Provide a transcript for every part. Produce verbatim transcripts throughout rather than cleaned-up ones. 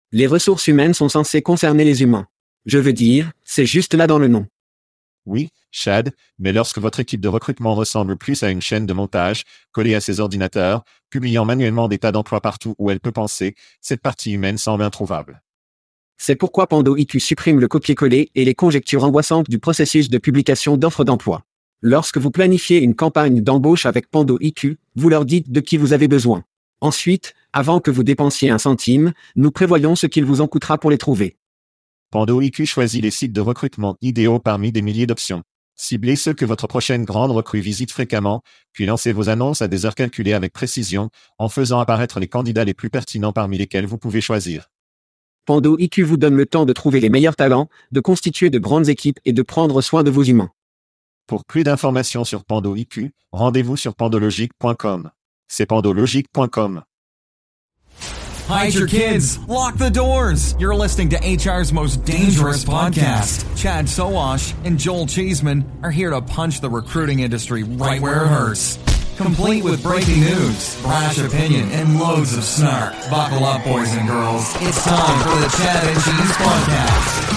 Les ressources humaines sont censées concerner les humains. Je veux dire, c'est juste là dans le nom. Oui, Chad, mais lorsque votre équipe de recrutement ressemble plus à une chaîne de montage, collée à ses ordinateurs, publiant manuellement des tas d'emplois partout où elle peut penser, cette partie humaine semble introuvable. C'est pourquoi Pando I Q supprime le copier-coller et les conjectures angoissantes du processus de publication d'offres d'emploi. Lorsque vous planifiez une campagne d'embauche avec Pando I Q, vous leur dites de qui vous avez besoin. Ensuite, avant que vous dépensiez un centime, nous prévoyons ce qu'il vous en coûtera pour les trouver. Pando I Q choisit les sites de recrutement idéaux parmi des milliers d'options. Ciblez ceux que votre prochaine grande recrue visite fréquemment, puis lancez vos annonces à des heures calculées avec précision, en faisant apparaître les candidats les plus pertinents parmi lesquels vous pouvez choisir. Pando I Q vous donne le temps de trouver les meilleurs talents, de constituer de grandes équipes et de prendre soin de vos humains. Pour plus d'informations sur Pando I Q, rendez-vous sur pandologique point com. C'est pandologique point com. Hide your kids. Lock the doors. You're listening to H R's most dangerous podcast. Chad Sowash and Joel Cheeseman are here to punch the recruiting industry right where it hurts. Complete with breaking news, brash opinion, and loads of snark. Buckle up, boys and girls. It's time for the Chad and Cheese Podcast.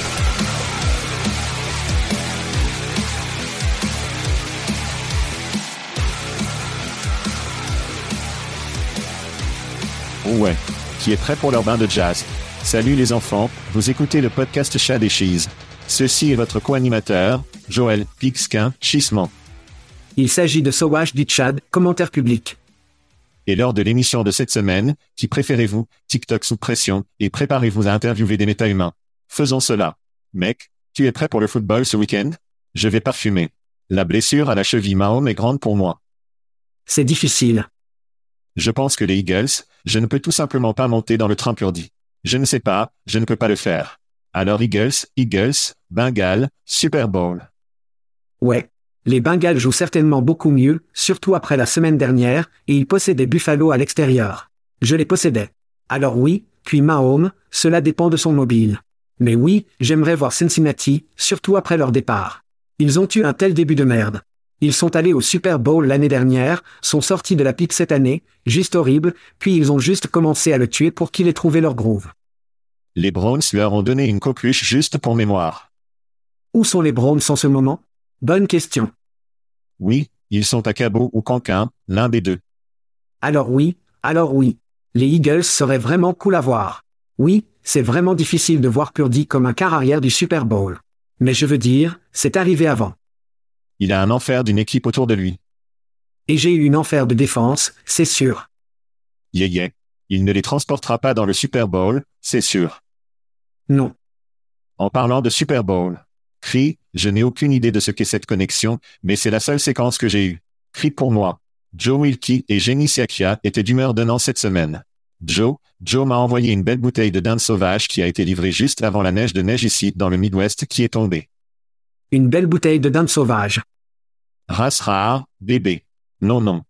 Ouais. Qui est prêt pour leur bain de jazz? Salut les enfants, vous écoutez le podcast Chad et Cheese. Ceci est votre co-animateur, Joël Pixquin Chissement. Il s'agit de Sowash dit Chad, commentaire public. Et lors de l'émission de cette semaine, qui préférez-vous, TikTok sous pression, et préparez-vous à interviewer des méta-humains. Faisons cela. Mec, tu es prêt pour le football ce week-end? Je vais parfumer. La blessure à la cheville Mahomes est grande pour moi. C'est difficile. Je pense que les Eagles, je ne peux tout simplement pas monter dans le train Purdy. Je ne sais pas, je ne peux pas le faire. Alors Eagles, Eagles, Bengals, Super Bowl. Ouais. Les Bengals jouent certainement beaucoup mieux, surtout après la semaine dernière, et ils possédaient Buffalo à l'extérieur. Je les possédais. Alors oui, puis Mahomes, cela dépend de son mobile. Mais oui, j'aimerais voir Cincinnati, surtout après leur départ. Ils ont eu un tel début de merde. Ils sont allés au Super Bowl l'année dernière, sont sortis de la pique cette année, juste horrible, puis ils ont juste commencé à le tuer pour qu'il ait trouvé leur groove. Les Browns leur ont donné une coqueluche juste pour mémoire. Où sont les Browns en ce moment? Bonne question. Oui, ils sont à Cabo ou Cancun, l'un des deux. Alors oui, alors oui. Les Eagles seraient vraiment cool à voir. Oui, c'est vraiment difficile de voir Purdy comme un quart arrière du Super Bowl. Mais je veux dire, c'est arrivé avant. Il a un enfer d'une équipe autour de lui. Et j'ai eu une enfer de défense, c'est sûr. Yeah yeah. Il ne les transportera pas dans le Super Bowl, c'est sûr. Non. En parlant de Super Bowl. Cri, je n'ai aucune idée de ce qu'est cette connexion, mais c'est la seule séquence que j'ai eue. Cri pour moi. Joe Wilkie et Jenny Siakia étaient d'humeur donnant cette semaine. Joe, Joe m'a envoyé une belle bouteille de dinde sauvage qui a été livrée juste avant la neige de neige ici dans le Midwest qui est tombée. Une belle bouteille de dinde sauvage. Race rare, bébé. Non non.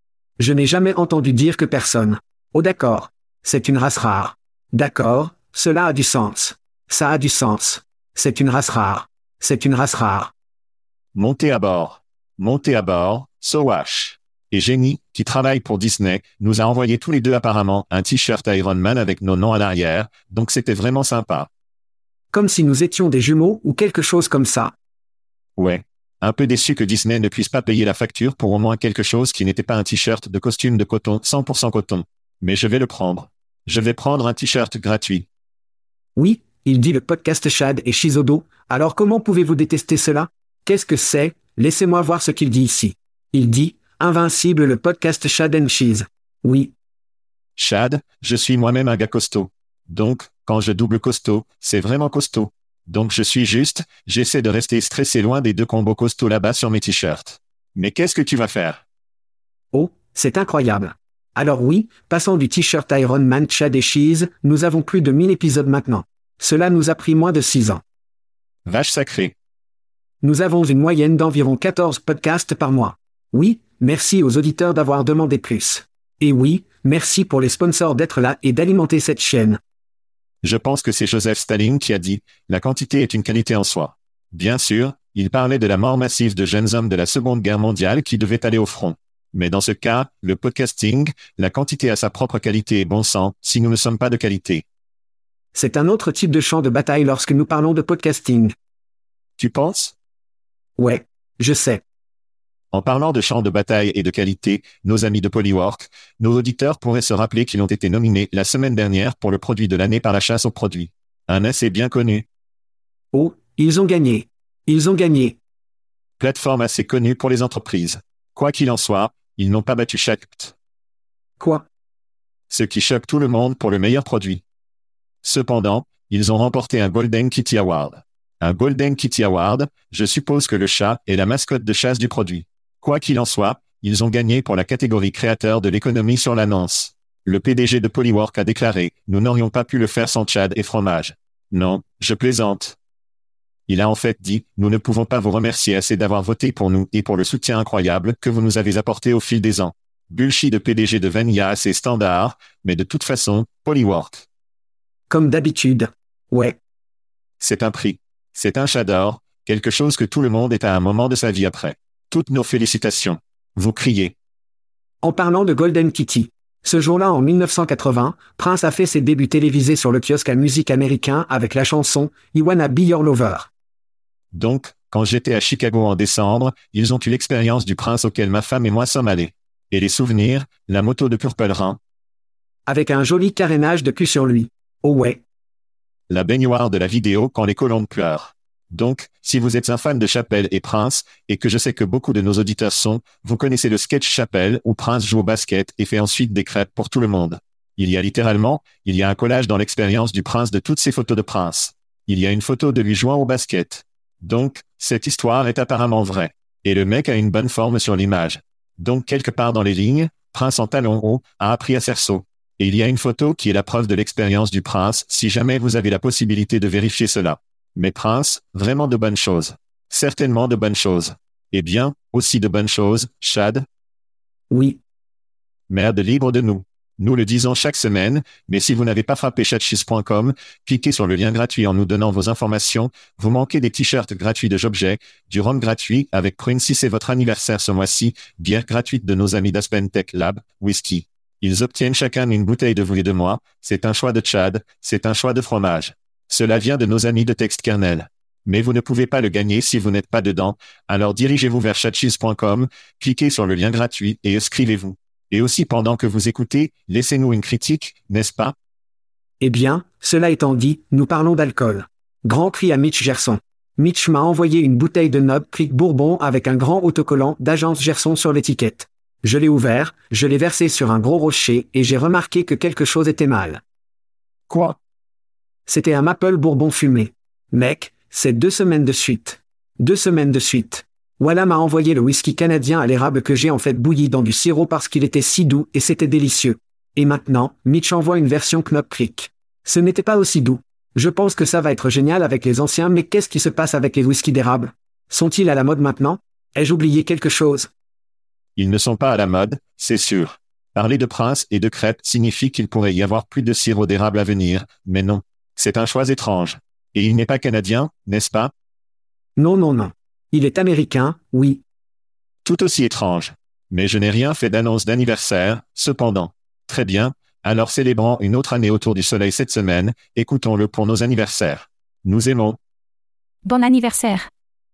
Je n'ai jamais entendu dire que personne. Oh d'accord. C'est une race rare. D'accord, cela a du sens. Ça a du sens. C'est une race rare. C'est une race rare. Montez à bord. Montez à bord, Sowash. Et Jenny, qui travaille pour Disney, nous a envoyé tous les deux apparemment un t-shirt Iron Man avec nos noms à l'arrière, donc c'était vraiment sympa. Comme si nous étions des jumeaux ou quelque chose comme ça. Ouais. Un peu déçu que Disney ne puisse pas payer la facture pour au moins quelque chose qui n'était pas un t-shirt de costume de coton cent pour cent coton. Mais je vais le prendre. Je vais prendre un t-shirt gratuit. Oui, il dit le podcast Chad et Shizodo, alors comment pouvez-vous détester cela? Qu'est-ce que c'est? Laissez-moi voir ce qu'il dit ici. Il dit, invincible le podcast Chad and Cheese. Oui. Chad, je suis moi-même un gars costaud. Donc, quand je double costaud, c'est vraiment costaud. Donc je suis juste, j'essaie de rester stressé loin des deux combos costauds là-bas sur mes t-shirts. Mais qu'est-ce que tu vas faire? Oh, c'est incroyable. Alors oui, passant du t-shirt Iron Man Chad et Cheese, nous avons plus de mille épisodes maintenant. Cela nous a pris moins de six ans. Vache sacrée. Nous avons une moyenne d'environ quatorze podcasts par mois. Oui, merci aux auditeurs d'avoir demandé plus. Et oui, merci pour les sponsors d'être là et d'alimenter cette chaîne. Je pense que c'est Joseph Staline qui a dit « La quantité est une qualité en soi ». Bien sûr, il parlait de la mort massive de jeunes hommes de la Seconde Guerre mondiale qui devaient aller au front. Mais dans ce cas, le podcasting, la quantité a sa propre qualité et bon sang, si nous ne sommes pas de qualité. C'est un autre type de champ de bataille lorsque nous parlons de podcasting. Tu penses? Ouais, je sais. En parlant de champs de bataille et de qualité, nos amis de Polywork, nos auditeurs pourraient se rappeler qu'ils ont été nominés la semaine dernière pour le produit de l'année par la chasse aux produits. Un assez bien connu. Oh, ils ont gagné. Ils ont gagné. Plateforme assez connue pour les entreprises. Quoi qu'il en soit, ils n'ont pas battu Shacked. Quoi? Ce qui choque tout le monde pour le meilleur produit. Cependant, ils ont remporté un Golden Kitty Award. Un Golden Kitty Award, je suppose que le chat est la mascotte de chasse du produit. Quoi qu'il en soit, ils ont gagné pour la catégorie créateur de l'économie sur l'annonce. Le P D G de Polywork a déclaré « Nous n'aurions pas pu le faire sans Chad et fromage. » Non, je plaisante. Il a en fait dit « Nous ne pouvons pas vous remercier assez d'avoir voté pour nous et pour le soutien incroyable que vous nous avez apporté au fil des ans. » Bullshit de P D G de Vanilla assez standard, mais de toute façon, Polywork. Comme d'habitude. Ouais. C'est un prix. C'est un chat d'or, quelque chose que tout le monde est à un moment de sa vie après. Toutes nos félicitations. Vous criez. En parlant de Golden Kitty. Ce jour-là en mille neuf cent quatre-vingts, Prince a fait ses débuts télévisés sur le kiosque à musique américain avec la chanson « I Wanna Be Your Lover ». Donc, quand j'étais à Chicago en décembre, ils ont eu l'expérience du prince auquel ma femme et moi sommes allés. Et les souvenirs, la moto de Purple Rain. Avec un joli carénage de cul sur lui. Oh ouais. La baignoire de la vidéo quand les colombes pleurent. Donc, si vous êtes un fan de Chappelle et Prince, et que je sais que beaucoup de nos auditeurs sont, vous connaissez le sketch Chappelle où Prince joue au basket et fait ensuite des crêpes pour tout le monde. Il y a littéralement, il y a un collage dans l'expérience du prince de toutes ces photos de Prince. Il y a une photo de lui jouant au basket. Donc, cette histoire est apparemment vraie. Et le mec a une bonne forme sur l'image. Donc quelque part dans les lignes, Prince en talons hauts a appris à cerceau. Et il y a une photo qui est la preuve de l'expérience du prince si jamais vous avez la possibilité de vérifier cela. Mais Prince, vraiment de bonnes choses. Certainement de bonnes choses. Eh bien, aussi de bonnes choses, Chad? Oui. Merde libre de nous. Nous le disons chaque semaine, mais si vous n'avez pas frappé chatcheese point com, cliquez sur le lien gratuit en nous donnant vos informations, vous manquez des t-shirts gratuits de Jobjet, du rhum gratuit avec Prune si c'est votre anniversaire ce mois-ci, bière gratuite de nos amis d'Aspen Tech Lab, whisky. Ils obtiennent chacun une bouteille de vous et de moi, c'est un choix de Chad, c'est un choix de fromage. Cela vient de nos amis de TextKernel. Mais vous ne pouvez pas le gagner si vous n'êtes pas dedans, alors dirigez-vous vers chatcheese point com, cliquez sur le lien gratuit et inscrivez-vous. Et aussi pendant que vous écoutez, laissez-nous une critique, n'est-ce pas? Eh bien, cela étant dit, nous parlons d'alcool. Grand cri à Mitch Gerson. Mitch m'a envoyé une bouteille de Knob Creek Bourbon avec un grand autocollant d'agence Gerson sur l'étiquette. Je l'ai ouvert, je l'ai versé sur un gros rocher et j'ai remarqué que quelque chose était mal. Quoi? C'était un Maple Bourbon fumé. Mec, c'est deux semaines de suite. Deux semaines de suite. Voilà m'a envoyé le whisky canadien à l'érable que j'ai en fait bouilli dans du sirop parce qu'il était si doux et c'était délicieux. Et maintenant, Mitch envoie une version Knob Creek. Ce n'était pas aussi doux. Je pense que ça va être génial avec les anciens, mais qu'est-ce qui se passe avec les whiskys d'érable? Sont-ils à la mode maintenant? Ai-je oublié quelque chose? Ils ne sont pas à la mode, c'est sûr. Parler de Prince et de crêpes signifie qu'il pourrait y avoir plus de sirop d'érable à venir, mais non. C'est un choix étrange. Et il n'est pas canadien, n'est-ce pas? Non, non, non. Il est américain, oui. Tout aussi étrange. Mais je n'ai rien fait d'annonce d'anniversaire, cependant. Très bien, alors célébrons une autre année autour du soleil cette semaine, écoutons-le pour nos anniversaires. Nous aimons. Bon anniversaire.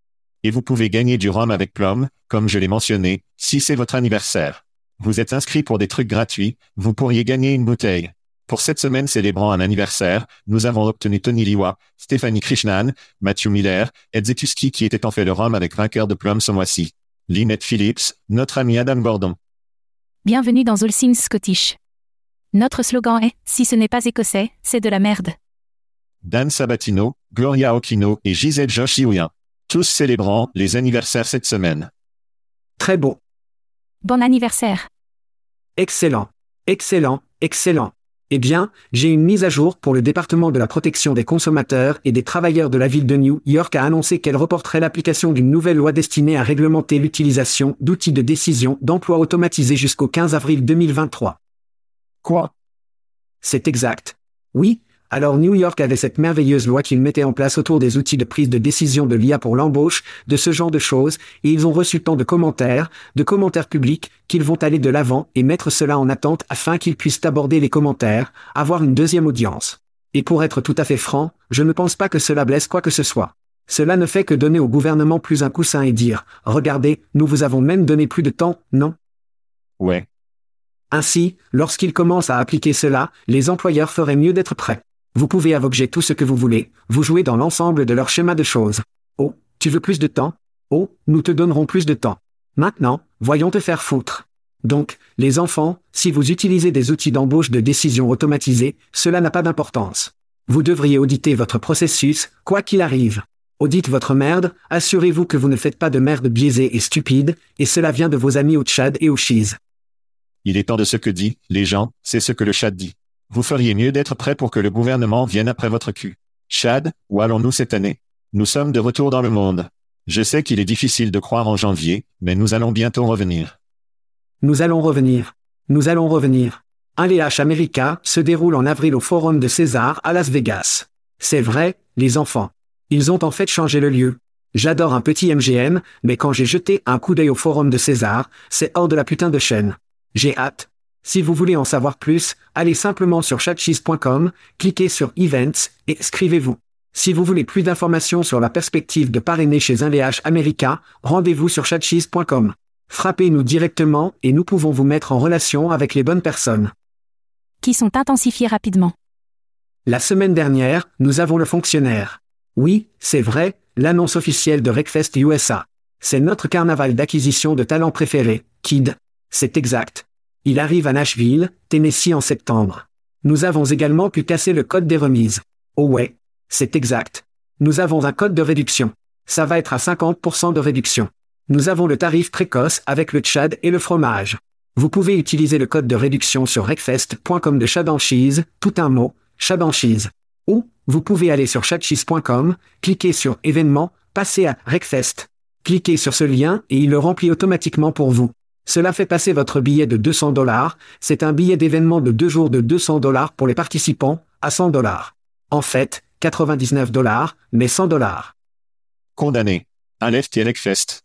Et vous pouvez gagner du rhum avec Plum, comme je l'ai mentionné, si c'est votre anniversaire. Vous êtes inscrit pour des trucs gratuits, vous pourriez gagner une bouteille. Pour cette semaine célébrant un anniversaire, nous avons obtenu Tony Liwa, Stéphanie Krishnan, Matthew Miller, Ed Zetuski qui était en fait le rhum avec vainqueur de Plum ce mois-ci. Lynette Phillips, notre ami Adam Gordon. Bienvenue dans All Things Scottish. Notre slogan est « Si ce n'est pas écossais, c'est de la merde ». Dan Sabatino, Gloria Okino et Gisèle Josh Iouin. Tous célébrant les anniversaires cette semaine. Très beau. Bon anniversaire. Excellent. Excellent, excellent. Eh bien, j'ai une mise à jour pour le département de la protection des consommateurs et des travailleurs de la ville de New York a annoncé qu'elle reporterait l'application d'une nouvelle loi destinée à réglementer l'utilisation d'outils de décision d'emploi automatisés jusqu'au quinze avril deux mille vingt-trois. Quoi? C'est exact. Oui, alors New York avait cette merveilleuse loi qu'ils mettaient en place autour des outils de prise de décision de l'I A pour l'embauche, de ce genre de choses, et ils ont reçu tant de commentaires, de commentaires publics, qu'ils vont aller de l'avant et mettre cela en attente afin qu'ils puissent aborder les commentaires, avoir une deuxième audience. Et pour être tout à fait franc, je ne pense pas que cela blesse quoi que ce soit. Cela ne fait que donner au gouvernement plus un coussin et dire, regardez, nous vous avons même donné plus de temps, non? Ouais. Ainsi, lorsqu'ils commencent à appliquer cela, les employeurs feraient mieux d'être prêts. Vous pouvez avoger tout ce que vous voulez, vous jouez dans l'ensemble de leur schéma de choses. Oh, tu veux plus de temps? Oh, nous te donnerons plus de temps. Maintenant, voyons te faire foutre. Donc, les enfants, si vous utilisez des outils d'embauche de décision automatisés, cela n'a pas d'importance. Vous devriez auditer votre processus, quoi qu'il arrive. Audite votre merde, assurez-vous que vous ne faites pas de merde biaisée et stupide, et cela vient de vos amis au Tchad et au Chise. Il est temps de ce que dit, les gens, c'est ce que le Tchad dit. Vous feriez mieux d'être prêt pour que le gouvernement vienne après votre cul. Tchad, où allons-nous cette année? Nous sommes de retour dans le monde. Je sais qu'il est difficile de croire en janvier, mais nous allons bientôt revenir. Nous allons revenir. Nous allons revenir. Un L H America se déroule en avril au Forum de César à Las Vegas. C'est vrai, les enfants. Ils ont en fait changé le lieu. J'adore un petit M G M, mais quand j'ai jeté un coup d'œil au Forum de César, c'est hors de la putain de chaîne. J'ai hâte. Si vous voulez en savoir plus, allez simplement sur chatcheese point com, cliquez sur Events, et inscrivez-vous. Si vous voulez plus d'informations sur la perspective de parrainer chez un L H America, rendez-vous sur chatcheese point com. Frappez-nous directement et nous pouvons vous mettre en relation avec les bonnes personnes. Qui sont intensifiés rapidement. La semaine dernière, nous avons le fonctionnaire. Oui, c'est vrai, l'annonce officielle de Wreckfest U S A. C'est notre carnaval d'acquisition de talents préféré, Kid. C'est exact. Il arrive à Nashville, Tennessee en septembre. Nous avons également pu casser le code des remises. Oh ouais. C'est exact. Nous avons un code de réduction. Ça va être à cinquante pour cent de réduction. Nous avons le tarif précoce avec le Tchad et le fromage. Vous pouvez utiliser le code de réduction sur wreckfest point com de Chadanchise, tout un mot, Chadanchise. Ou, vous pouvez aller sur chatcheese point com, cliquer sur événements, passer à Wreckfest. Cliquez sur ce lien et il le remplit automatiquement pour vous. Cela fait passer votre billet de deux cents dollars, c'est un billet d'événement de deux jours de deux cents dollars pour les participants, à cent dollars. En fait, quatre-vingt-dix-neuf dollars, mais cent dollars. Condamné. Un left et Wreckfest.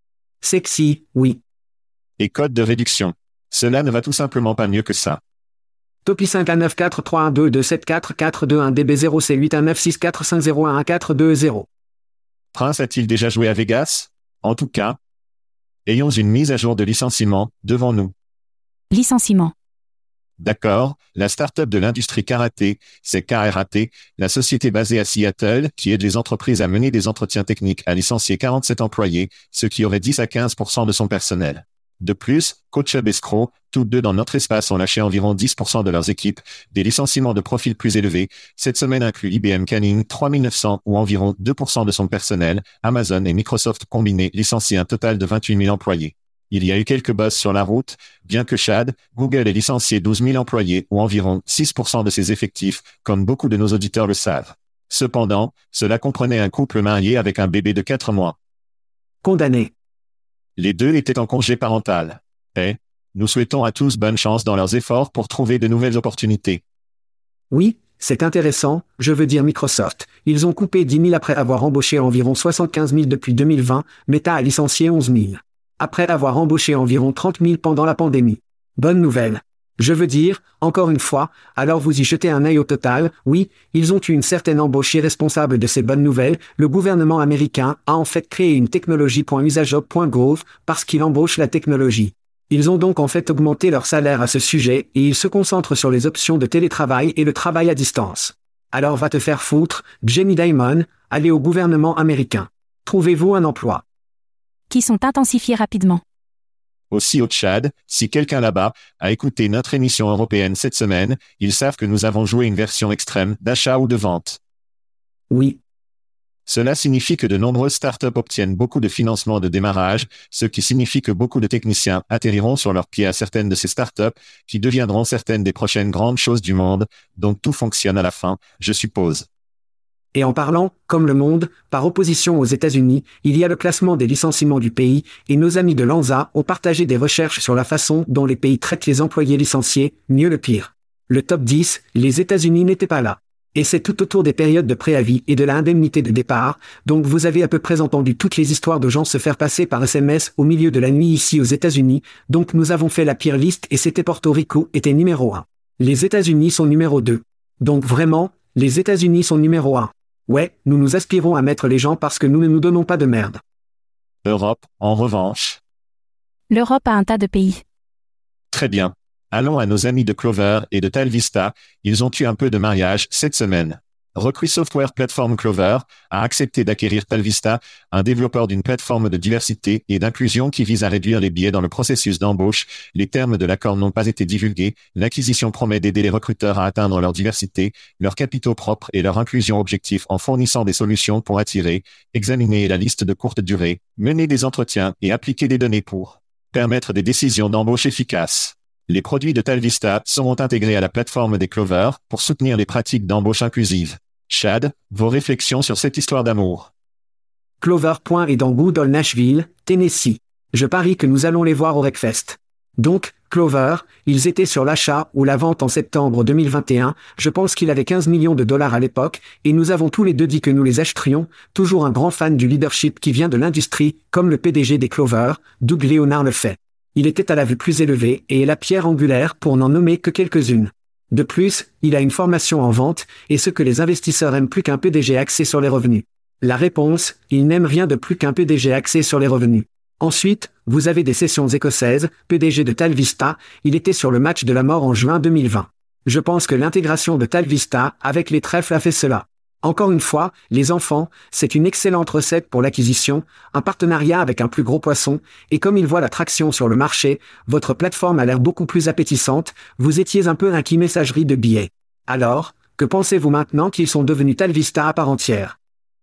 Sexy, oui. Et code de réduction. Cela ne va tout simplement pas mieux que ça. Topi cinq un neuf quatre trois un deux deux sept quatre quatre deux un D B zéro C huit un neuf six quatre cinq zéro un un quatre deux zéro. Prince a-t-il déjà joué à Vegas? En tout cas, ayons une mise à jour de licenciement devant nous. Licenciement. D'accord, la start-up de l'industrie karaté, c'est K R A T, la société basée à Seattle, qui aide les entreprises à mener des entretiens techniques, a licencié quarante-sept employés, ce qui aurait dix à quinze pour cent de son personnel. De plus, CoachHub et Scro, tous deux dans notre espace ont lâché environ dix pour cent de leurs équipes, des licenciements de profils plus élevés. Cette semaine inclut I B M Canning trois mille neuf cents ou environ deux pour cent de son personnel, Amazon et Microsoft combinés licencient un total de vingt-huit mille employés. Il y a eu quelques buzz sur la route, bien que Chad, Google ait licencié douze mille employés ou environ six pour cent de ses effectifs, comme beaucoup de nos auditeurs le savent. Cependant, cela comprenait un couple marié avec un bébé de quatre mois. Condamné. Les deux étaient en congé parental. Et nous souhaitons à tous bonne chance dans leurs efforts pour trouver de nouvelles opportunités. Oui, c'est intéressant, je veux dire Microsoft. Ils ont coupé dix mille après avoir embauché environ soixante-quinze mille depuis deux mille vingt, Meta a licencié onze mille. Après avoir embauché environ trente mille pendant la pandémie. Bonne nouvelle. Je veux dire, encore une fois, alors vous y jetez un œil au total, oui, ils ont eu une certaine embauche irresponsable de ces bonnes nouvelles, le gouvernement américain a en fait créé une technologie.usajob point gov parce qu'il embauche la technologie. Ils ont donc en fait augmenté leur salaire à ce sujet et ils se concentrent sur les options de télétravail et le travail à distance. Alors va te faire foutre, Jamie Dimon, allez au gouvernement américain. Trouvez-vous un emploi. Qui sont intensifiés rapidement. Aussi au Tchad, si quelqu'un là-bas a écouté notre émission européenne cette semaine, ils savent que nous avons joué une version extrême d'achat ou de vente. Oui. Cela signifie que de nombreuses startups obtiennent beaucoup de financement de démarrage, ce qui signifie que beaucoup de techniciens atterriront sur leurs pieds à certaines de ces startups, qui deviendront certaines des prochaines grandes choses du monde, donc tout fonctionne à la fin, je suppose. Et en parlant, comme le monde, par opposition aux États-Unis, il y a le classement des licenciements du pays, et nos amis de l'ANSA ont partagé des recherches sur la façon dont les pays traitent les employés licenciés, mieux le pire. Le top dix, les États-Unis n'étaient pas là. Et c'est tout autour des périodes de préavis et de l'indemnité de départ, donc vous avez à peu près entendu toutes les histoires de gens se faire passer par S M S au milieu de la nuit ici aux États-Unis, donc nous avons fait la pire liste et c'était Porto Rico était numéro un. Les États-Unis sont numéro deux. Donc vraiment, Les États-Unis sont numéro un. Ouais, nous nous aspirons à mettre les gens parce que nous ne nous donnons pas de merde. Europe, en revanche. L'Europe a un tas de pays. Très bien. Allons à nos amis de Clover et de Talvista, ils ont eu un peu de mariage cette semaine. Recruit Software Platform Clover a accepté d'acquérir Talvista, un développeur d'une plateforme de diversité et d'inclusion qui vise à réduire les biais dans le processus d'embauche. Les termes de l'accord n'ont pas été divulgués. L'acquisition promet d'aider les recruteurs à atteindre leur diversité, leurs capitaux propres et leur inclusion objectif en fournissant des solutions pour attirer, examiner la liste de courte durée, mener des entretiens et appliquer des données pour permettre des décisions d'embauche efficaces. Les produits de Talvista seront intégrés à la plateforme des Clover pour soutenir les pratiques d'embauche inclusive. Chad, vos réflexions sur cette histoire d'amour. Clover Point est dans Goodall, Nashville, Tennessee. Je parie que nous allons les voir au Wreckfest. Donc, Clover, ils étaient sur l'achat ou la vente en septembre deux mille vingt et un, je pense qu'il avait quinze millions de dollars à l'époque, et nous avons tous les deux dit que nous les achèterions, toujours un grand fan du leadership qui vient de l'industrie, comme le P D G des Clover, Doug Leonard le fait. Il était à la vue plus élevée et est la pierre angulaire pour n'en nommer que quelques-unes. De plus, il a une formation en vente, et ce que les investisseurs aiment plus qu'un P D G axé sur les revenus. La réponse, ils n'aiment rien de plus qu'un P D G axé sur les revenus. Ensuite, vous avez des sessions écossaises, P D G de Talvista, il était sur le match de la mort en juin deux mille vingt. Je pense que l'intégration de Talvista avec les trèfles a fait cela. Encore une fois, les enfants, c'est une excellente recette pour l'acquisition, un partenariat avec un plus gros poisson, et comme ils voient la traction sur le marché, votre plateforme a l'air beaucoup plus appétissante, vous étiez un peu un key messagerie de billets. Alors, que pensez-vous maintenant qu'ils sont devenus Talvista à part entière?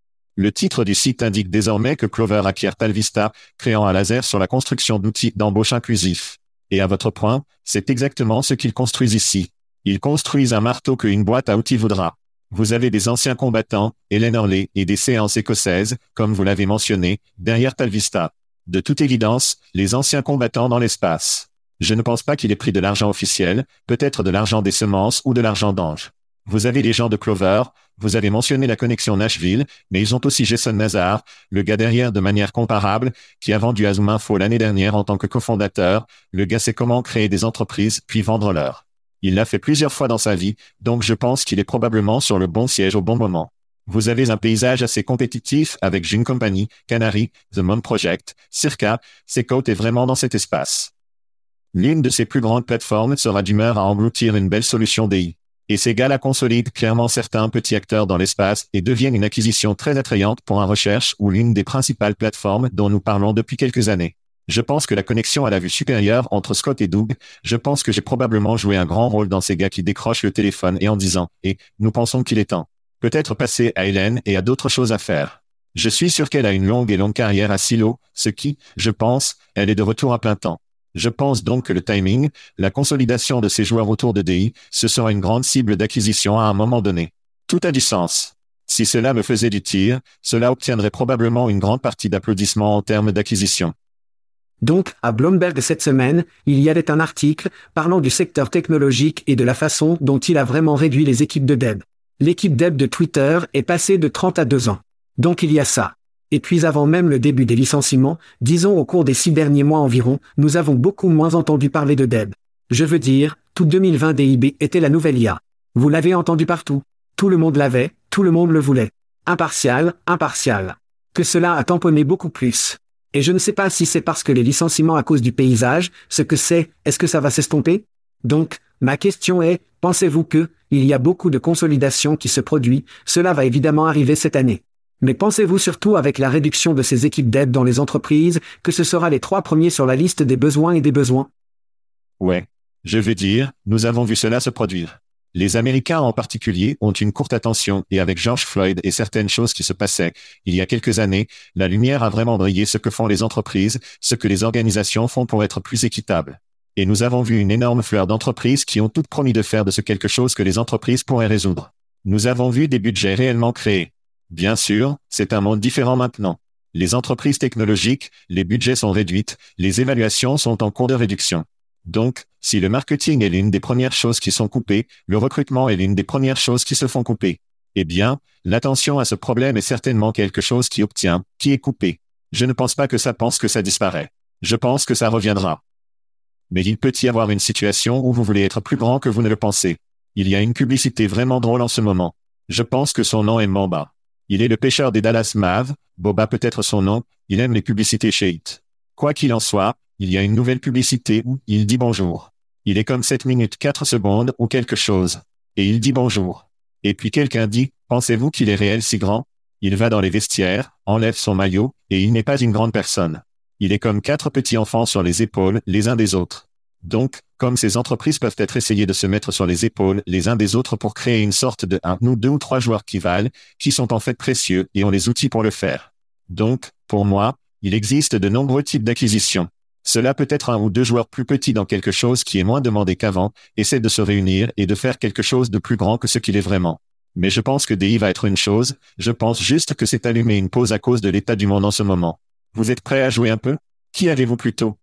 Le titre du site indique désormais que Clover acquiert Talvista, créant un laser sur la construction d'outils d'embauche inclusif. Et à votre point, c'est exactement ce qu'ils construisent ici. Ils construisent un marteau qu'une boîte à outils voudra. Vous avez des anciens combattants, Helen Hurley et des séances écossaises, comme vous l'avez mentionné, derrière Talvista. De toute évidence, les anciens combattants dans l'espace. Je ne pense pas qu'il ait pris de l'argent officiel, peut-être de l'argent des semences ou de l'argent d'ange. Vous avez les gens de Clover, vous avez mentionné la connexion Nashville, mais ils ont aussi Jason Nazar, le gars derrière de manière comparable, qui a vendu à Zoom Info l'année dernière en tant que cofondateur. Le gars sait comment créer des entreprises puis vendre leur. Il l'a fait plusieurs fois dans sa vie, donc je pense qu'il est probablement sur le bon siège au bon moment. Vous avez un paysage assez compétitif avec June Company, Canary, The Mom Project, Circa, Secoat est vraiment dans cet espace. L'une de ces plus grandes plateformes sera d'humeur à engloutir une belle solution D I. Et ces gars-là consolident clairement certains petits acteurs dans l'espace et deviennent une acquisition très attrayante pour un recherche ou l'une des principales plateformes dont nous parlons depuis quelques années. Je pense que la connexion à la vue supérieure entre Scott et Doug, je pense que j'ai probablement joué un grand rôle dans ces gars qui décrochent le téléphone et en disant « Et, nous pensons qu'il est temps. » Peut-être passer à Hélène et à d'autres choses à faire. Je suis sûr qu'elle a une longue et longue carrière à Silo, ce qui, je pense, elle est de retour à plein temps. Je pense donc que le timing, la consolidation de ces joueurs autour de D I, ce sera une grande cible d'acquisition à un moment donné. Tout a du sens. Si cela me faisait du tir, cela obtiendrait probablement une grande partie d'applaudissements en termes d'acquisition. Donc, à Bloomberg cette semaine, il y avait un article parlant du secteur technologique et de la façon dont il a vraiment réduit les équipes de dev. L'équipe dev de Twitter est passée de trente à deux ans. Donc il y a ça. Et puis avant même le début des licenciements, disons au cours des six derniers mois environ, nous avons beaucoup moins entendu parler de dev. Je veux dire, tout deux mille vingt D I B était la nouvelle I A. Vous l'avez entendu partout. Tout le monde l'avait, tout le monde le voulait. Impartial, impartial. Que cela a tamponné beaucoup plus. Et je ne sais pas si c'est parce que les licenciements à cause du paysage, ce que c'est, est-ce que ça va s'estomper? Donc, ma question est, pensez-vous que, il y a beaucoup de consolidation qui se produit, cela va évidemment arriver cette année. Mais pensez-vous surtout avec la réduction de ces équipes d'aide dans les entreprises, que ce sera les trois premiers sur la liste des besoins et des besoins? Ouais. Je veux dire, nous avons vu cela se produire. Les Américains en particulier ont une courte attention et avec George Floyd et certaines choses qui se passaient, il y a quelques années, la lumière a vraiment brillé ce que font les entreprises, ce que les organisations font pour être plus équitables. Et nous avons vu une énorme fleur d'entreprises qui ont toutes promis de faire de ce quelque chose que les entreprises pourraient résoudre. Nous avons vu des budgets réellement créés. Bien sûr, c'est un monde différent maintenant. Les entreprises technologiques, les budgets sont réduits, les évaluations sont en cours de réduction. Donc, si le marketing est l'une des premières choses qui sont coupées, le recrutement est l'une des premières choses qui se font couper. Eh bien, l'attention à ce problème est certainement quelque chose qui obtient, qui est coupé. Je ne pense pas que ça pense que ça disparaît. Je pense que ça reviendra. Mais il peut y avoir une situation où vous voulez être plus grand que vous ne le pensez. Il y a une publicité vraiment drôle en ce moment. Je pense que son nom est Mamba. Il est le pêcheur des Dallas Mav, Boba peut être son nom, il aime les publicités chez Hit. Quoi qu'il en soit, il y a une nouvelle publicité où il dit bonjour. Il est comme sept minutes quatre secondes ou quelque chose. Et il dit bonjour. Et puis quelqu'un dit, pensez-vous qu'il est réel si grand? Il va dans les vestiaires, enlève son maillot, et il n'est pas une grande personne. Il est comme quatre petits enfants sur les épaules les uns des autres. Donc, comme ces entreprises peuvent être essayées de se mettre sur les épaules les uns des autres pour créer une sorte de un ou deux ou trois joueurs qui valent, qui sont en fait précieux et ont les outils pour le faire. Donc, pour moi, il existe de nombreux types d'acquisitions. Cela peut être un ou deux joueurs plus petits dans quelque chose qui est moins demandé qu'avant, essaient de se réunir et de faire quelque chose de plus grand que ce qu'il est vraiment. Mais je pense que D I va être une chose, je pense juste que c'est allumer une pause à cause de l'état du monde en ce moment. Vous êtes prêts à jouer un peu? Qui avez-vous plutôt?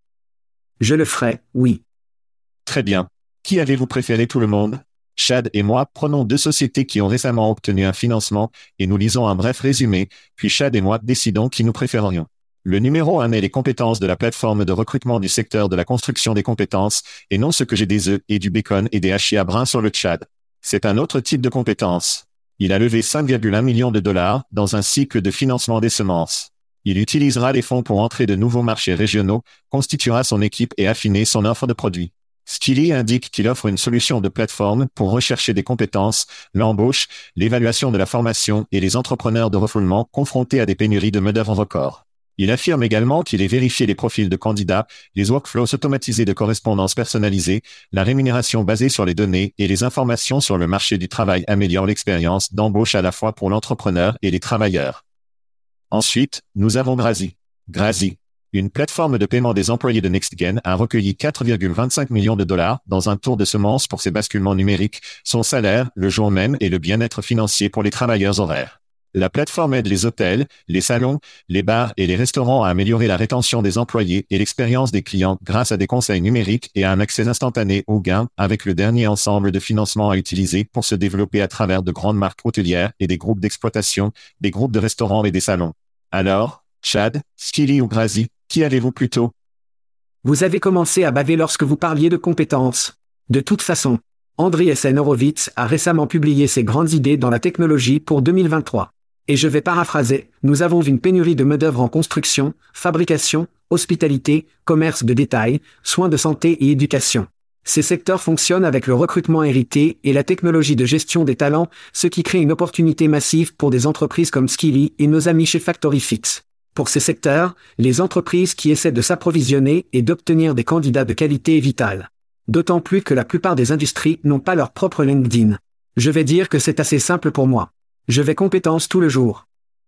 Je le ferai, oui. Très bien. Qui avez-vous préféré tout le monde? Chad et moi prenons deux sociétés qui ont récemment obtenu un financement et nous lisons un bref résumé, puis Chad et moi décidons qui nous préférerions. Le numéro un est les compétences de la plateforme de recrutement du secteur de la construction des compétences, et non ce que j'ai des œufs et du bacon et des hachis à brun sur le Tchad. C'est un autre type de compétence. Il a levé cinq virgule un millions de dollars dans un cycle de financement des semences. Il utilisera les fonds pour entrer de nouveaux marchés régionaux, constituera son équipe et affiner son offre de produits. Skilly indique qu'il offre une solution de plateforme pour rechercher des compétences, l'embauche, l'évaluation de la formation et les entrepreneurs de refoulement confrontés à des pénuries de main-d'œuvre record. Il affirme également qu'il ait vérifié les profils de candidats, les workflows automatisés de correspondance personnalisée, la rémunération basée sur les données et les informations sur le marché du travail améliorent l'expérience d'embauche à la fois pour l'entrepreneur et les travailleurs. Ensuite, nous avons Grazi. Grazi, une plateforme de paiement des employés de NextGen, a recueilli quatre virgule vingt-cinq millions de dollars dans un tour de semences pour ses basculements numériques, son salaire, le jour même et le bien-être financier pour les travailleurs horaires. La plateforme aide les hôtels, les salons, les bars et les restaurants à améliorer la rétention des employés et l'expérience des clients grâce à des conseils numériques et à un accès instantané aux gains avec le dernier ensemble de financements à utiliser pour se développer à travers de grandes marques hôtelières et des groupes d'exploitation, des groupes de restaurants et des salons. Alors, Chad, Skilly ou Grazi, qui avez-vous plutôt? Vous avez commencé à baver lorsque vous parliez de compétences. De toute façon, Andreessen Horowitz a récemment publié ses grandes idées dans la technologie pour deux mille vingt-trois. Et je vais paraphraser, nous avons une pénurie de main-d'œuvre en construction, fabrication, hospitalité, commerce de détail, soins de santé et éducation. Ces secteurs fonctionnent avec le recrutement hérité et la technologie de gestion des talents, ce qui crée une opportunité massive pour des entreprises comme Skilly et nos amis chez FactoryFix. Pour ces secteurs, les entreprises qui essaient de s'approvisionner et d'obtenir des candidats de qualité est vitale. D'autant plus que la plupart des industries n'ont pas leur propre LinkedIn. Je vais dire que c'est assez simple pour moi. Je vais compétences tout le jour.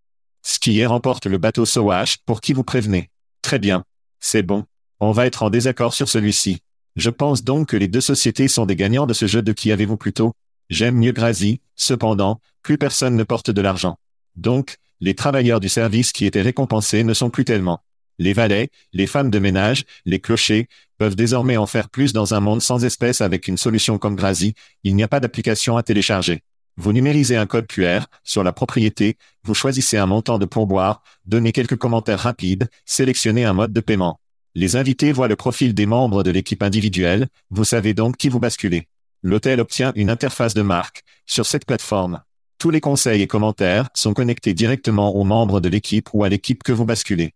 Skier remporte le bateau Sowash pour qui vous prévenez. Très bien. C'est bon. On va être en désaccord sur celui-ci. Je pense donc que les deux sociétés sont des gagnants de ce jeu de qui avez-vous plutôt? J'aime mieux Grazi, cependant, plus personne ne porte de l'argent. Donc, les travailleurs du service qui étaient récompensés ne sont plus tellement. Les valets, les femmes de ménage, les clochers, peuvent désormais en faire plus dans un monde sans espèces avec une solution comme Grazi, il n'y a pas d'application à télécharger. Vous numérisez un code Q R sur la propriété, vous choisissez un montant de pourboire, donnez quelques commentaires rapides, sélectionnez un mode de paiement. Les invités voient le profil des membres de l'équipe individuelle, vous savez donc qui vous basculez. L'hôtel obtient une interface de marque sur cette plateforme. Tous les conseils et commentaires sont connectés directement aux membres de l'équipe ou à l'équipe que vous basculez.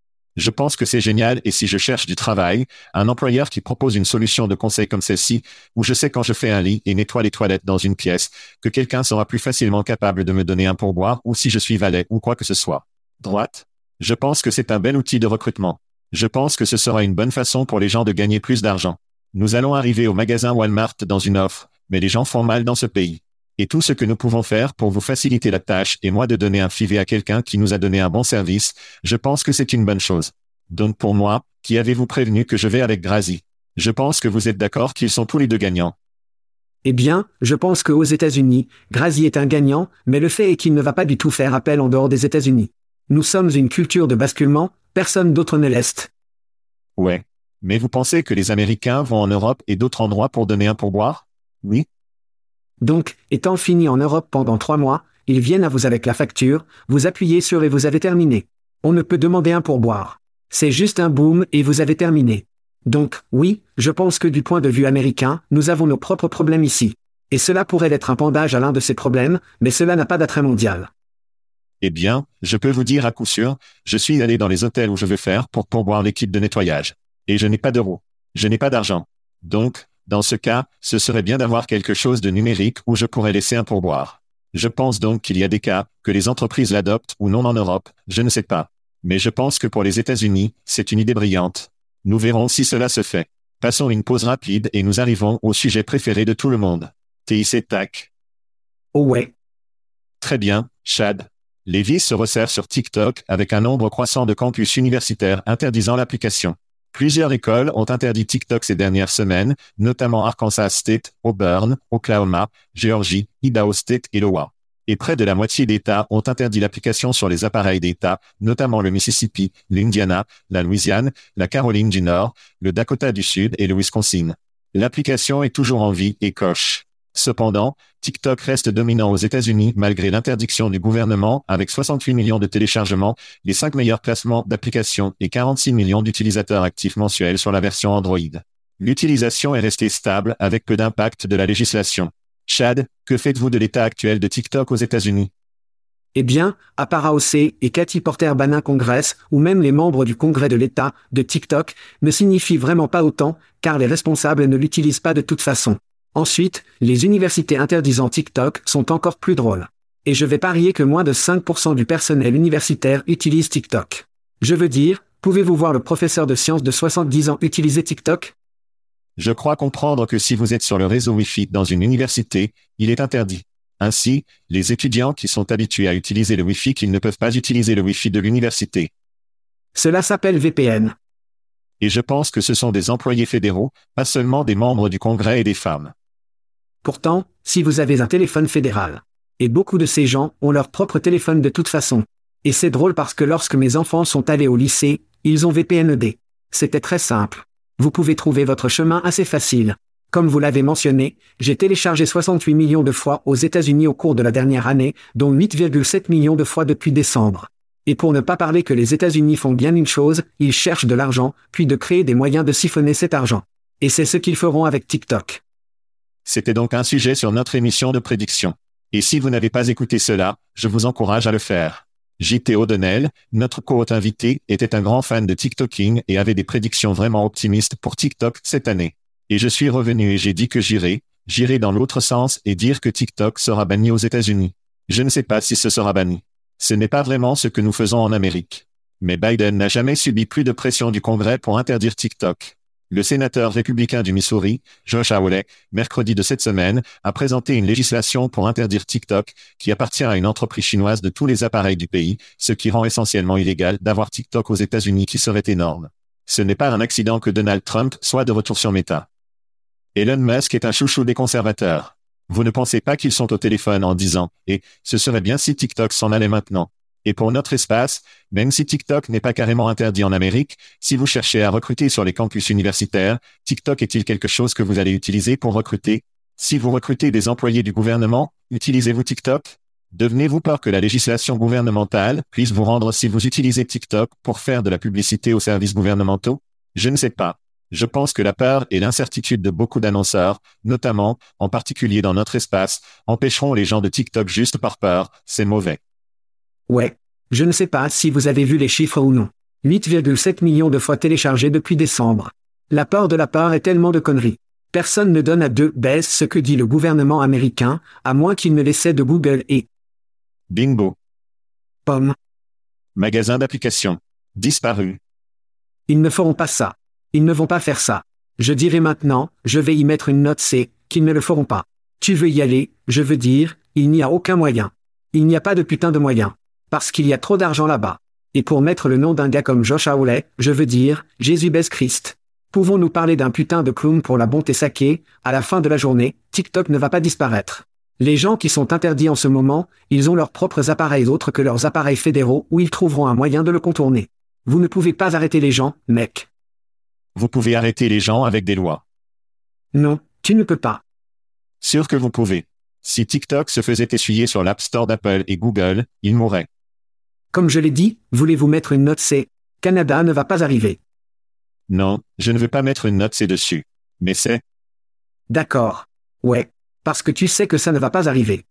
Je pense que c'est génial et si je cherche du travail, un employeur qui propose une solution de conseil comme celle-ci, où je sais quand je fais un lit et nettoie les toilettes dans une pièce, que quelqu'un sera plus facilement capable de me donner un pourboire ou si je suis valet ou quoi que ce soit. Droite? Je pense que c'est un bel outil de recrutement. Je pense que ce sera une bonne façon pour les gens de gagner plus d'argent. Nous allons arriver au magasin Walmart dans une offre, mais les gens font mal dans ce pays. Et tout ce que nous pouvons faire pour vous faciliter la tâche est moi de donner un fivet à quelqu'un qui nous a donné un bon service, je pense que c'est une bonne chose. Donc pour moi, qui avez-vous prévenu que je vais avec Grazi? Je pense que vous êtes d'accord qu'ils sont tous les deux gagnants. Eh bien, je pense qu'aux États-Unis, Grazi est un gagnant, mais le fait est qu'il ne va pas du tout faire appel en dehors des États-Unis. Nous sommes une culture de basculement, personne d'autre ne l'est. Ouais. Mais vous pensez que les Américains vont en Europe et d'autres endroits pour donner un pourboire? Oui. Donc, étant fini en Europe pendant trois mois, ils viennent à vous avec la facture, vous appuyez sur et vous avez terminé. On ne peut demander un pourboire. C'est juste un boom et vous avez terminé. Donc, oui, je pense que du point de vue américain, nous avons nos propres problèmes ici. Et cela pourrait être un pendage à l'un de ces problèmes, mais cela n'a pas d'attrait mondial. Eh bien, je peux vous dire à coup sûr, je suis allé dans les hôtels où je veux faire pour pourboire l'équipe de nettoyage. Et je n'ai pas d'euros. Je n'ai pas d'argent. Donc, dans ce cas, ce serait bien d'avoir quelque chose de numérique où je pourrais laisser un pourboire. Je pense donc qu'il y a des cas, que les entreprises l'adoptent ou non en Europe, je ne sais pas. Mais je pense que pour les États-Unis, c'est une idée brillante. Nous verrons si cela se fait. Passons une pause rapide et nous arrivons au sujet préféré de tout le monde. T I C T A C. Oh ouais. Très bien, Chad. Les vices se resserrent sur TikTok avec un nombre croissant de campus universitaires interdisant l'application. Plusieurs écoles ont interdit TikTok ces dernières semaines, notamment Arkansas State, Auburn, Oklahoma, Géorgie, Idaho State et Iowa. Et près de la moitié d'États ont interdit l'application sur les appareils d'État, notamment le Mississippi, l'Indiana, la Louisiane, la Caroline du Nord, le Dakota du Sud et le Wisconsin. L'application est toujours en vie et coche. Cependant, TikTok reste dominant aux États-Unis malgré l'interdiction du gouvernement avec soixante-huit millions de téléchargements, les cinq meilleurs classements d'applications et quarante-six millions d'utilisateurs actifs mensuels sur la version Android. L'utilisation est restée stable avec peu d'impact de la législation. Chad, que faites-vous de l'état actuel de TikTok aux États-Unis? Eh bien, à part A O C et Cathy Porter-Bannon Congress, ou même les membres du Congrès de l'État, de TikTok, ne signifie vraiment pas autant, car les responsables ne l'utilisent pas de toute façon. Ensuite, les universités interdisant TikTok sont encore plus drôles. Et je vais parier que moins de cinq pour cent du personnel universitaire utilise TikTok. Je veux dire, pouvez-vous voir le professeur de sciences de soixante-dix ans utiliser TikTok? Je crois comprendre que si vous êtes sur le réseau Wi-Fi dans une université, il est interdit. Ainsi, les étudiants qui sont habitués à utiliser le Wi-Fi qu'ils ne peuvent pas utiliser le Wi-Fi de l'université. Cela s'appelle V P N. Et je pense que ce sont des employés fédéraux, pas seulement des membres du Congrès et des femmes. Pourtant, si vous avez un téléphone fédéral. Et beaucoup de ces gens ont leur propre téléphone de toute façon. Et c'est drôle parce que lorsque mes enfants sont allés au lycée, ils ont V P N D. C'était très simple. Vous pouvez trouver votre chemin assez facile. Comme vous l'avez mentionné, j'ai téléchargé soixante-huit millions de fois aux États-Unis au cours de la dernière année, dont huit virgule sept millions de fois depuis décembre. Et pour ne pas parler que les États-Unis font bien une chose, ils cherchent de l'argent, puis de créer des moyens de siphonner cet argent. Et c'est ce qu'ils feront avec TikTok. C'était donc un sujet sur notre émission de prédiction. Et si vous n'avez pas écouté cela, je vous encourage à le faire. J T O'Donnell, notre co-hôte invité, était un grand fan de TikToking et avait des prédictions vraiment optimistes pour TikTok cette année. Et je suis revenu et j'ai dit que j'irai, j'irai dans l'autre sens et dire que TikTok sera banni aux États-Unis. Je ne sais pas si ce sera banni. Ce n'est pas vraiment ce que nous faisons en Amérique. Mais Biden n'a jamais subi plus de pression du Congrès pour interdire TikTok. Le sénateur républicain du Missouri, Josh Hawley, mercredi de cette semaine, a présenté une législation pour interdire TikTok, qui appartient à une entreprise chinoise de tous les appareils du pays, ce qui rend essentiellement illégal d'avoir TikTok aux États-Unis qui serait énorme. Ce n'est pas un accident que Donald Trump soit de retour sur Meta. Elon Musk est un chouchou des conservateurs. Vous ne pensez pas qu'ils sont au téléphone en disant « Et, ce serait bien si TikTok s'en allait maintenant ». Et pour notre espace, même si TikTok n'est pas carrément interdit en Amérique, si vous cherchez à recruter sur les campus universitaires, TikTok est-il quelque chose que vous allez utiliser pour recruter? Si vous recrutez des employés du gouvernement, utilisez-vous TikTok? Devenez-vous peur que la législation gouvernementale puisse vous rendre si vous utilisez TikTok pour faire de la publicité aux services gouvernementaux? Je ne sais pas. Je pense que la peur et l'incertitude de beaucoup d'annonceurs, notamment, en particulier dans notre espace, empêcheront les gens de TikTok juste par peur. C'est mauvais. Ouais. Je ne sais pas si vous avez vu les chiffres ou non. huit virgule sept millions de fois téléchargés depuis décembre. La peur de la peur est tellement de conneries. Personne ne donne à deux baisse ce que dit le gouvernement américain, à moins qu'il ne l'essaie de Google et... Bingo. Pomme. Magasin d'applications. Disparu. Ils ne feront pas ça. Ils ne vont pas faire ça. Je dirai maintenant, je vais y mettre une note C, qu'ils ne le feront pas. Tu veux y aller, je veux dire, il n'y a aucun moyen. Il n'y a pas de putain de moyen. Parce qu'il y a trop d'argent là-bas. Et pour mettre le nom d'un gars comme Josh Hawley, je veux dire, Jésus baisse Christ. Pouvons-nous parler d'un putain de clown pour la bonté saquée? À la fin de la journée, TikTok ne va pas disparaître. Les gens qui sont interdits en ce moment, ils ont leurs propres appareils autres que leurs appareils fédéraux où ils trouveront un moyen de le contourner. Vous ne pouvez pas arrêter les gens, mec. Vous pouvez arrêter les gens avec des lois. Non, tu ne peux pas. Sûr que vous pouvez. Si TikTok se faisait essuyer sur l'App Store d'Apple et Google, il mourrait. Comme je l'ai dit, voulez-vous mettre une note C? Canada ne va pas arriver. Non, je ne veux pas mettre une note C dessus. Mais c'est... D'accord. Ouais. Parce que tu sais que ça ne va pas arriver.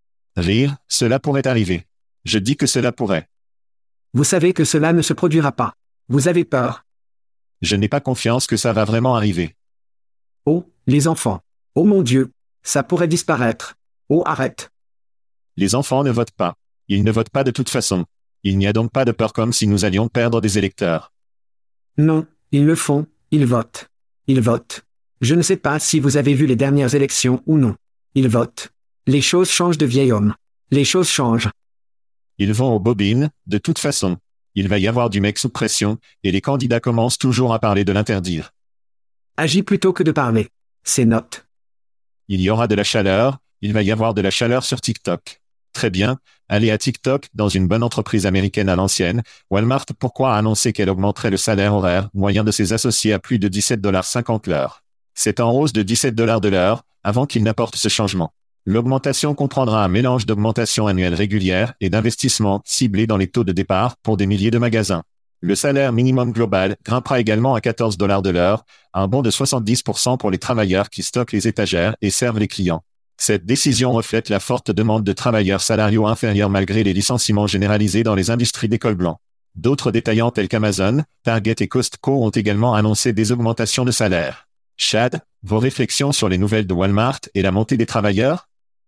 Rire, cela pourrait arriver. Je dis que cela pourrait. Vous savez que cela ne se produira pas. Vous avez peur. Je n'ai pas confiance que ça va vraiment arriver. Oh, les enfants. Oh mon Dieu. Ça pourrait disparaître. Oh, arrête. Les enfants ne votent pas. Ils ne votent pas de toute façon. Il n'y a donc pas de peur comme si nous allions perdre des électeurs. Non, ils le font, ils votent. Ils votent. Je ne sais pas si vous avez vu les dernières élections ou non. Ils votent. Les choses changent de vieil homme. Les choses changent. Ils vont aux bobines, de toute façon. Il va y avoir du mec sous pression, et les candidats commencent toujours à parler de l'interdire. Agis plutôt que de parler. C'est note. Il y aura de la chaleur, il va y avoir de la chaleur sur TikTok. Très bien, allez à TikTok, dans une bonne entreprise américaine à l'ancienne. Walmart pourquoi a annoncé qu'elle augmenterait le salaire horaire moyen de ses associés à plus de dix-sept dollars cinquante l'heure. C'est en hausse de dix-sept dollars de l'heure, avant qu'il n'apporte ce changement. L'augmentation comprendra un mélange d'augmentation annuelle régulière et d'investissement ciblé dans les taux de départ pour des milliers de magasins. Le salaire minimum global grimpera également à quatorze dollars de l'heure, un bond de soixante-dix pour cent pour les travailleurs qui stockent les étagères et servent les clients. Cette décision reflète la forte demande de travailleurs salariaux inférieurs malgré les licenciements généralisés dans les industries des cols blancs. D'autres détaillants tels qu'Amazon, Target et Costco ont également annoncé des augmentations de salaire. Chad, vos réflexions sur les nouvelles de Walmart et la montée des travailleurs?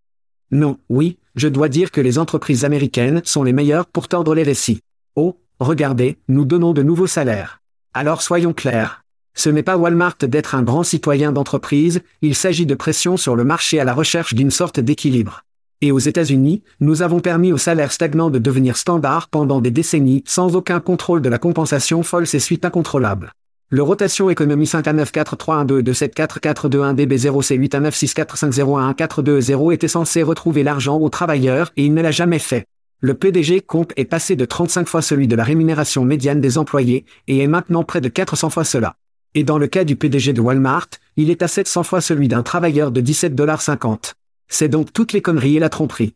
Non, oui, je dois dire que les entreprises américaines sont les meilleures pour tordre les récits. Oh, regardez, nous donnons de nouveaux salaires. Alors soyons clairs. Ce n'est pas Walmart d'être un grand citoyen d'entreprise, il s'agit de pression sur le marché à la recherche d'une sorte d'équilibre. Et aux États-Unis, nous avons permis aux salaires stagnants de devenir standard pendant des décennies sans aucun contrôle de la compensation folle et suite incontrôlable. Le rotation économie cinq un neuf quatre trois un deux deux sept quatre quatre deux un D B zéro C huit un neuf six quatre cinq zéro un un quatre deux zéro était censé retrouver l'argent aux travailleurs et il ne l'a jamais fait. Le P D G compte est passé de trente-cinq fois celui de la rémunération médiane des employés et est maintenant près de quatre cents fois cela. Et dans le cas du P D G de Walmart, il est à sept cents fois celui d'un travailleur de dix-sept dollars cinquante. C'est donc toutes les conneries et la tromperie.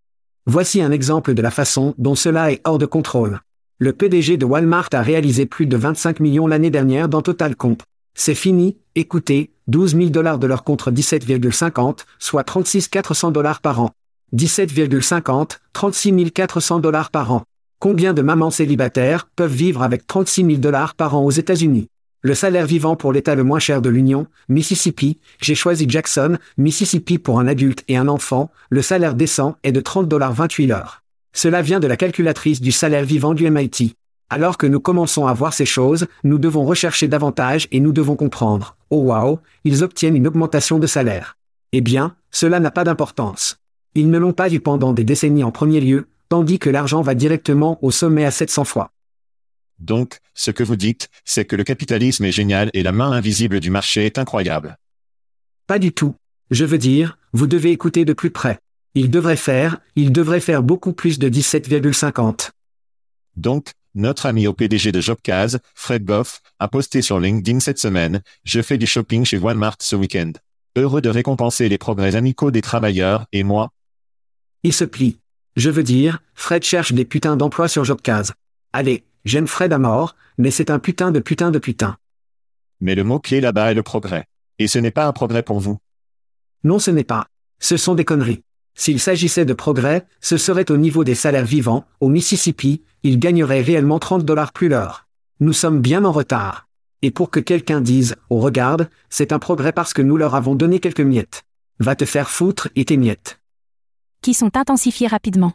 Voici un exemple de la façon dont cela est hors de contrôle. Le P D G de Walmart a réalisé plus de vingt-cinq millions l'année dernière dans Total Comp. C'est fini, écoutez, douze mille dollars de l'heure contre dix-sept virgule cinquante, soit trente-six mille quatre cents dollars par an. dix-sept virgule cinquante, trente-six mille quatre cents dollars par an. Combien de mamans célibataires peuvent vivre avec trente-six mille dollars par an aux États-Unis? Le salaire vivant pour l'État le moins cher de l'Union, Mississippi, j'ai choisi Jackson, Mississippi pour un adulte et un enfant, le salaire décent est de trente dollars vingt-huit l'heure. Cela vient de la calculatrice du salaire vivant du M I T. Alors que nous commençons à voir ces choses, nous devons rechercher davantage et nous devons comprendre. Oh wow, ils obtiennent une augmentation de salaire. Eh bien, cela n'a pas d'importance. Ils ne l'ont pas vu pendant des décennies en premier lieu, tandis que l'argent va directement au sommet à sept cents fois. Donc, ce que vous dites, c'est que le capitalisme est génial et la main invisible du marché est incroyable. Pas du tout. Je veux dire, vous devez écouter de plus près. Il devrait faire, il devrait faire beaucoup plus de dix-sept virgule cinquante. Donc, notre ami au P D G de Jobcase, Fred Goff, a posté sur LinkedIn cette semaine « Je fais du shopping chez Walmart ce week-end. Heureux de récompenser les progrès amicaux des travailleurs et moi. » Il se plie. Je veux dire, Fred cherche des putains d'emplois sur Jobcase. Allez, j'aime Fred à mort, mais c'est un putain de putain de putain. Mais le mot-clé là-bas est le progrès. Et ce n'est pas un progrès pour vous. Non, ce n'est pas. Ce sont des conneries. S'il s'agissait de progrès, ce serait au niveau des salaires vivants, au Mississippi, ils gagneraient réellement trente dollars plus l'heure. Nous sommes bien en retard. Et pour que quelqu'un dise « Oh regarde, c'est un progrès parce que nous leur avons donné quelques miettes. » Va te faire foutre et tes miettes. Qui sont intensifiés rapidement.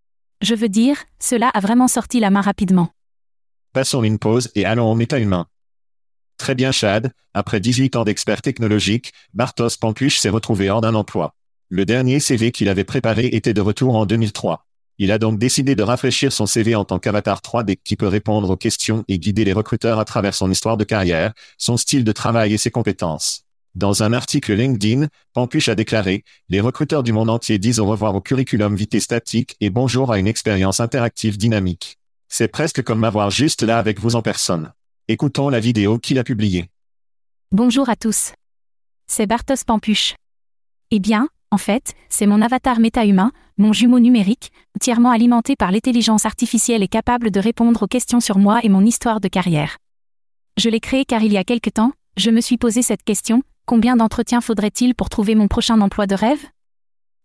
Je veux dire, cela a vraiment sorti la main rapidement. Passons une pause et allons au méta-humain. Très bien Chad, après dix-huit ans d'expert technologique, Bartosz Pampuch s'est retrouvé hors d'un emploi. Le dernier C V qu'il avait préparé était de retour en deux mille trois. Il a donc décidé de rafraîchir son C V en tant qu'avatar trois D qui peut répondre aux questions et guider les recruteurs à travers son histoire de carrière, son style de travail et ses compétences. Dans un article LinkedIn, Pampuch a déclaré « Les recruteurs du monde entier disent au revoir au curriculum vitae statique et bonjour à une expérience interactive dynamique. C'est presque comme m'avoir juste là avec vous en personne. » Écoutons la vidéo qu'il a publiée. Bonjour à tous. C'est Bartosz Pampuch. Eh bien, en fait, c'est mon avatar méta-humain, mon jumeau numérique, entièrement alimenté par l'intelligence artificielle et capable de répondre aux questions sur moi et mon histoire de carrière. Je l'ai créé car il y a quelque temps, je me suis posé cette question, combien d'entretiens faudrait-il pour trouver mon prochain emploi de rêve ?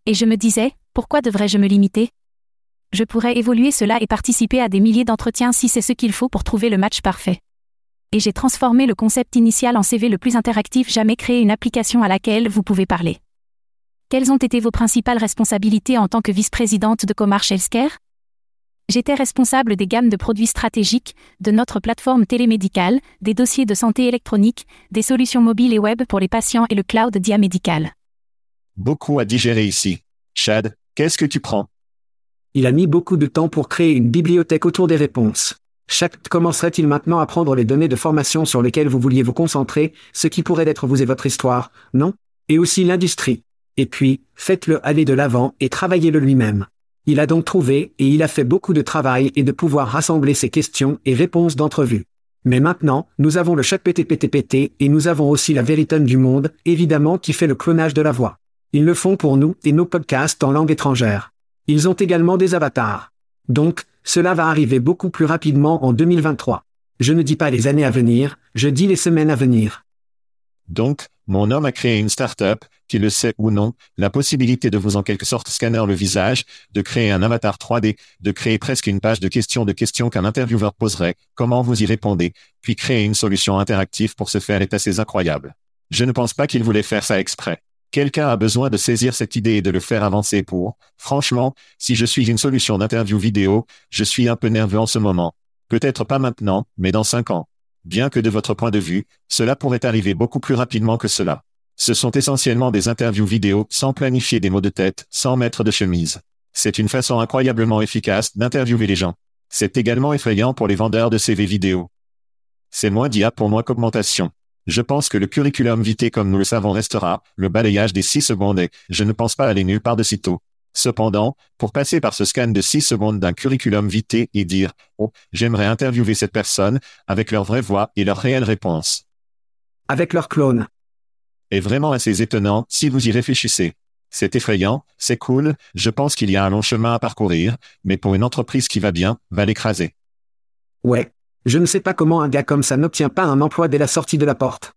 Et je me disais, pourquoi devrais-je me limiter ? Je pourrais évoluer cela et participer à des milliers d'entretiens si c'est ce qu'il faut pour trouver le match parfait. Et j'ai transformé le concept initial en C V le plus interactif jamais créé, une application à laquelle vous pouvez parler. Quelles ont été vos principales responsabilités en tant que vice-présidente de Comarch Healthcare ? J'étais responsable des gammes de produits stratégiques, de notre plateforme télémédicale, des dossiers de santé électronique, des solutions mobiles et web pour les patients et le cloud diamédical. Beaucoup à digérer ici. Chad, qu'est-ce que tu prends ? Il a mis beaucoup de temps pour créer une bibliothèque autour des réponses. Chad commencerait-il maintenant à prendre les données de formation sur lesquelles vous vouliez vous concentrer, ce qui pourrait être vous et votre histoire, non ? Et aussi l'industrie. Et puis, faites-le aller de l'avant et travaillez-le lui-même. Il a donc trouvé, et il a fait beaucoup de travail et de pouvoir rassembler ses questions et réponses d'entrevue. Mais maintenant, nous avons le ChatGPT et nous avons aussi la Veritone du monde, évidemment qui fait le clonage de la voix. Ils le font pour nous et nos podcasts en langue étrangère. Ils ont également des avatars. Donc, cela va arriver beaucoup plus rapidement en deux mille vingt-trois. Je ne dis pas les années à venir, je dis les semaines à venir. Donc, mon homme a créé une start-up, qui le sait ou non, la possibilité de vous en quelque sorte scanner le visage, de créer un avatar trois D, de créer presque une page de questions de questions qu'un intervieweur poserait, comment vous y répondez, puis créer une solution interactive pour ce faire est assez incroyable. Je ne pense pas qu'il voulait faire ça exprès. Quelqu'un a besoin de saisir cette idée et de le faire avancer pour, franchement, si je suis une solution d'interview vidéo, je suis un peu nerveux en ce moment. Peut-être pas maintenant, mais dans cinq ans. Bien que de votre point de vue, cela pourrait arriver beaucoup plus rapidement que cela. Ce sont essentiellement des interviews vidéo sans planifier des mots de tête, sans mettre de chemise. C'est une façon incroyablement efficace d'interviewer les gens. C'est également effrayant pour les vendeurs de C V vidéo. C'est moins d'I A pour moins qu'augmentation. Je pense que le curriculum vitae comme nous le savons restera, le balayage des six secondes et je ne pense pas aller nulle part de sitôt. Cependant, pour passer par ce scan de six secondes d'un curriculum vitae et dire « Oh, j'aimerais interviewer cette personne » avec leur vraie voix et leur réelle réponse. Avec leur clone. Est vraiment assez étonnant si vous y réfléchissez. C'est effrayant, c'est cool, je pense qu'il y a un long chemin à parcourir, mais pour une entreprise qui va bien, va l'écraser. Ouais. Je ne sais pas comment un gars comme ça n'obtient pas un emploi dès la sortie de la porte.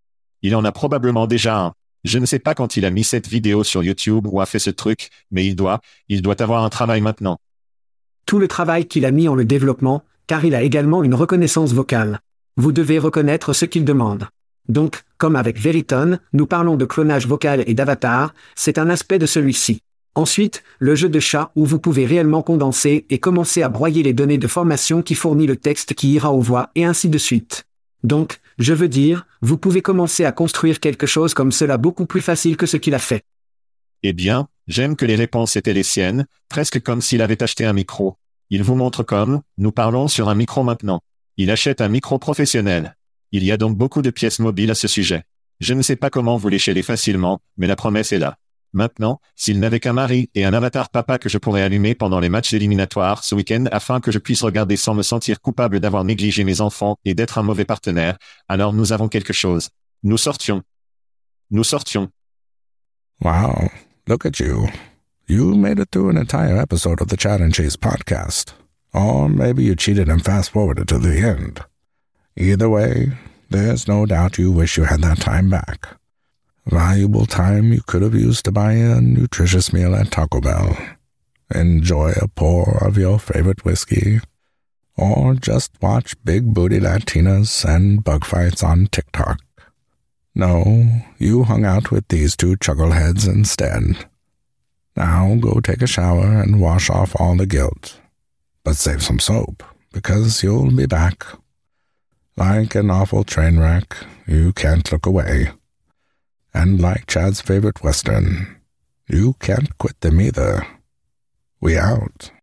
Il en a probablement déjà un. Je ne sais pas quand il a mis cette vidéo sur YouTube ou a fait ce truc, mais il doit, il doit avoir un travail maintenant. Tout le travail qu'il a mis en le développement, car il a également une reconnaissance vocale. Vous devez reconnaître ce qu'il demande. Donc, comme avec Veritone, nous parlons de clonage vocal et d'avatar, c'est un aspect de celui-ci. Ensuite, le jeu de chat où vous pouvez réellement condenser et commencer à broyer les données de formation qui fournit le texte qui ira aux voix et ainsi de suite. Donc, je veux dire, vous pouvez commencer à construire quelque chose comme cela beaucoup plus facile que ce qu'il a fait. Eh bien, j'aime que les réponses étaient les siennes, presque comme s'il avait acheté un micro. Il vous montre comme, nous parlons sur un micro maintenant. Il achète un micro professionnel. Il y a donc beaucoup de pièces mobiles à ce sujet. Je ne sais pas comment vous l'échelez facilement, mais la promesse est là. Maintenant, s'il n'avait qu'un mari et un avatar papa que je pourrais allumer pendant les matchs éliminatoires ce week-end afin que je puisse regarder sans me sentir coupable d'avoir négligé mes enfants et d'être un mauvais partenaire, alors nous avons quelque chose. Nous sortions. Nous sortions. Wow, look at you. You made it through an entire episode of the Chad and Cheese podcast. Or maybe you cheated and fast-forwarded to the end. Either way, there's no doubt you wish you had that time back. Valuable time you could have used to buy a nutritious meal at Taco Bell, enjoy a pour of your favorite whiskey, or just watch big booty Latinas and bug fights on TikTok. No, you hung out with these two chuckleheads instead. Now go take a shower and wash off all the guilt. But save some soap, because you'll be back. Like an awful train wreck, you can't look away. And like Chad's favorite Western, you can't quit them either. We out.